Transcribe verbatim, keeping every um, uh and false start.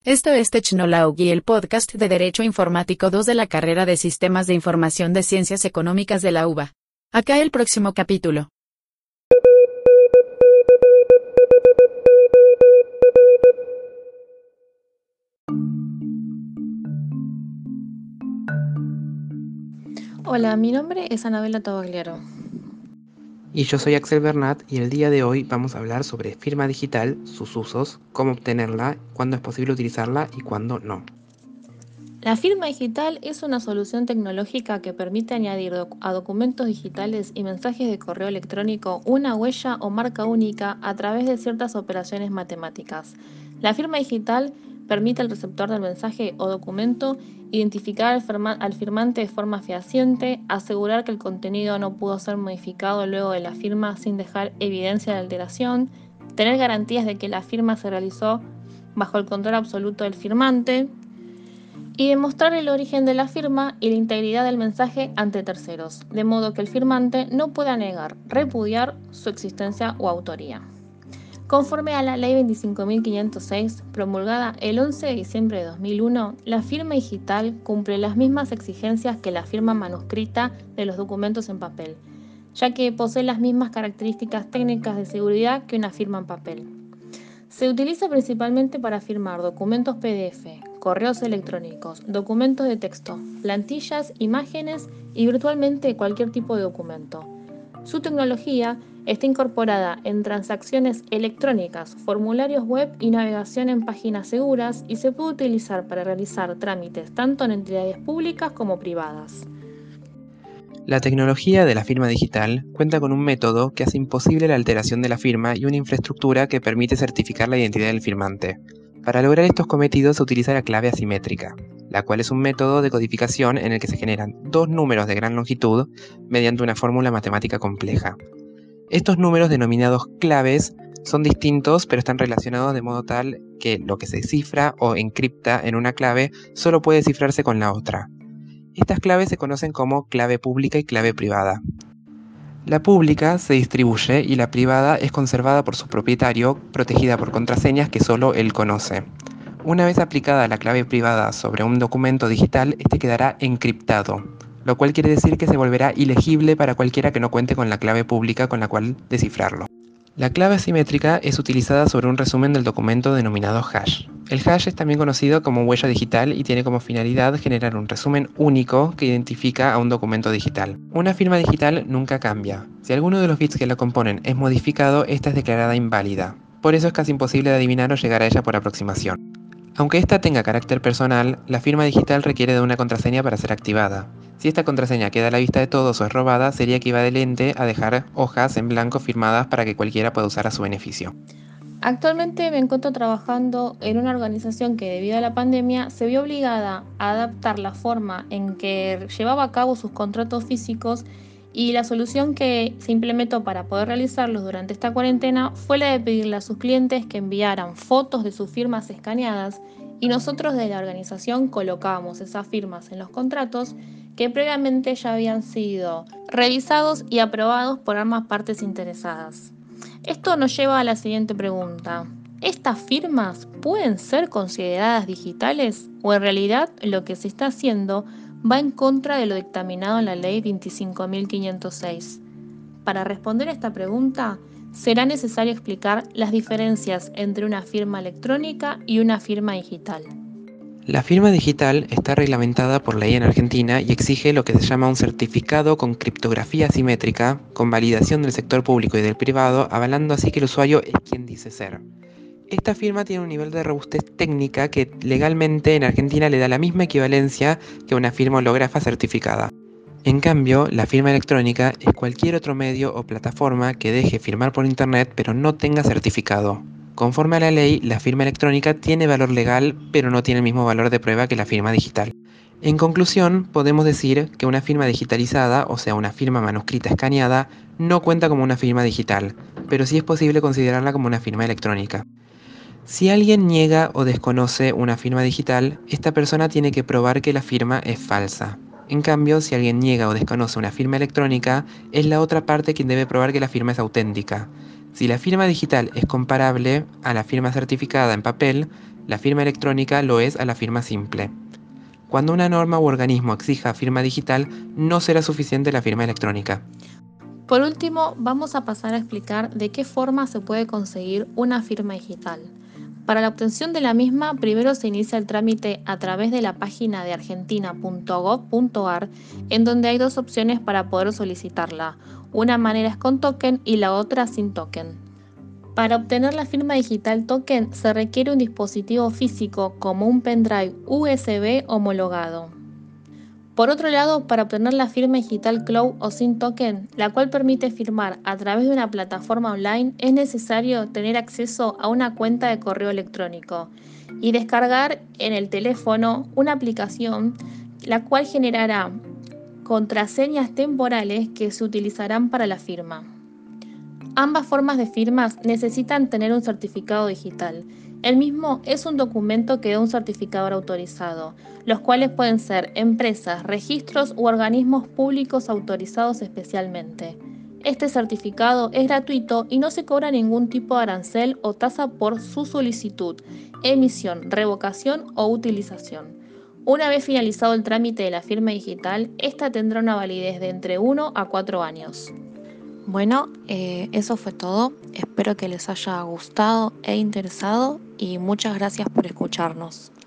Esto es Technology, el podcast de Derecho Informático dos de la carrera de Sistemas de Información de Ciencias Económicas de la U B A. Acá el próximo capítulo. Hola, mi nombre es Anabela Tabagliaro. Y yo soy Axel Bernat y el día de hoy vamos a hablar sobre firma digital, sus usos, cómo obtenerla, cuándo es posible utilizarla y cuándo no. La firma digital es una solución tecnológica que permite añadir doc- a documentos digitales y mensajes de correo electrónico una huella o marca única a través de ciertas operaciones matemáticas. La firma digital permite al receptor del mensaje o documento identificar al, firma- al firmante de forma fehaciente, asegurar que el contenido no pudo ser modificado luego de la firma sin dejar evidencia de alteración, tener garantías de que la firma se realizó bajo el control absoluto del firmante, y demostrar el origen de la firma y la integridad del mensaje ante terceros, de modo que el firmante no pueda negar, repudiar su existencia o autoría. Conforme a la Ley veinticinco mil quinientos seis, promulgada el once de diciembre de dos mil uno, la firma digital cumple las mismas exigencias que la firma manuscrita de los documentos en papel, ya que posee las mismas características técnicas de seguridad que una firma en papel. Se utiliza principalmente para firmar documentos P D F, correos electrónicos, documentos de texto, plantillas, imágenes y virtualmente cualquier tipo de documento. Su tecnología está incorporada en transacciones electrónicas, formularios web y navegación en páginas seguras, y se puede utilizar para realizar trámites tanto en entidades públicas como privadas. La tecnología de la firma digital cuenta con un método que hace imposible la alteración de la firma y una infraestructura que permite certificar la identidad del firmante. Para lograr estos cometidos se utiliza la clave asimétrica, la cual es un método de codificación en el que se generan dos números de gran longitud mediante una fórmula matemática compleja. Estos números denominados claves son distintos, pero están relacionados de modo tal que lo que se cifra o encripta en una clave solo puede cifrarse con la otra. Estas claves se conocen como clave pública y clave privada. La pública se distribuye y la privada es conservada por su propietario, protegida por contraseñas que solo él conoce. Una vez aplicada la clave privada sobre un documento digital, este quedará encriptado, lo cual quiere decir que se volverá ilegible para cualquiera que no cuente con la clave pública con la cual descifrarlo. La clave asimétrica es utilizada sobre un resumen del documento denominado hash. El hash es también conocido como huella digital y tiene como finalidad generar un resumen único que identifica a un documento digital. Una firma digital nunca cambia. Si alguno de los bits que la componen es modificado, esta es declarada inválida. Por eso es casi imposible de adivinar o llegar a ella por aproximación. Aunque esta tenga carácter personal, la firma digital requiere de una contraseña para ser activada. Si esta contraseña queda a la vista de todos o es robada, sería equivalente a dejar hojas en blanco firmadas para que cualquiera pueda usar a su beneficio. Actualmente me encuentro trabajando en una organización que, debido a la pandemia, se vio obligada a adaptar la forma en que llevaba a cabo sus contratos físicos, y la solución que se implementó para poder realizarlos durante esta cuarentena fue la de pedirle a sus clientes que enviaran fotos de sus firmas escaneadas, y nosotros de la organización colocábamos esas firmas en los contratos que previamente ya habían sido revisados y aprobados por ambas partes interesadas. Esto nos lleva a la siguiente pregunta: ¿estas firmas pueden ser consideradas digitales, o en realidad lo que se está haciendo va en contra de lo dictaminado en la Ley veinticinco mil quinientos seis? Para responder a esta pregunta, será necesario explicar las diferencias entre una firma electrónica y una firma digital. La firma digital está reglamentada por ley en Argentina y exige lo que se llama un certificado con criptografía asimétrica, con validación del sector público y del privado, avalando así que el usuario es quien dice ser. Esta firma tiene un nivel de robustez técnica que legalmente en Argentina le da la misma equivalencia que una firma hológrafa certificada. En cambio, la firma electrónica es cualquier otro medio o plataforma que deje firmar por internet pero no tenga certificado. Conforme a la ley, la firma electrónica tiene valor legal, pero no tiene el mismo valor de prueba que la firma digital. En conclusión, podemos decir que una firma digitalizada, o sea una firma manuscrita escaneada, no cuenta como una firma digital, pero sí es posible considerarla como una firma electrónica. Si alguien niega o desconoce una firma digital, esta persona tiene que probar que la firma es falsa. En cambio, si alguien niega o desconoce una firma electrónica, es la otra parte quien debe probar que la firma es auténtica. Si la firma digital es comparable a la firma certificada en papel, La firma electrónica lo es a la firma simple. Cuando una norma u organismo exija firma digital, no será suficiente la firma electrónica. Por último, vamos a pasar a explicar de qué forma se puede conseguir una firma digital. Para la obtención de la misma, primero se inicia el trámite a través de la página de argentina punto gov punto ar, en donde hay dos opciones para poder solicitarla. Una manera es con token y la otra sin token. Para obtener la firma digital token se requiere un dispositivo físico como un pendrive U S B homologado. Por otro lado, para obtener la firma digital cloud o sin token, la cual permite firmar a través de una plataforma online, es necesario tener acceso a una cuenta de correo electrónico y descargar en el teléfono una aplicación la cual generará contraseñas temporales que se utilizarán para la firma. Ambas formas de firmas necesitan tener un certificado digital. El mismo es un documento que da un certificador autorizado, los cuales pueden ser empresas, registros u organismos públicos autorizados especialmente. Este certificado es gratuito y no se cobra ningún tipo de arancel o tasa por su solicitud, emisión, revocación o utilización. Una vez finalizado el trámite de la firma digital, esta tendrá una validez de entre uno a cuatro años. Bueno, eh, eso fue todo. Espero que les haya gustado e interesado y muchas gracias por escucharnos.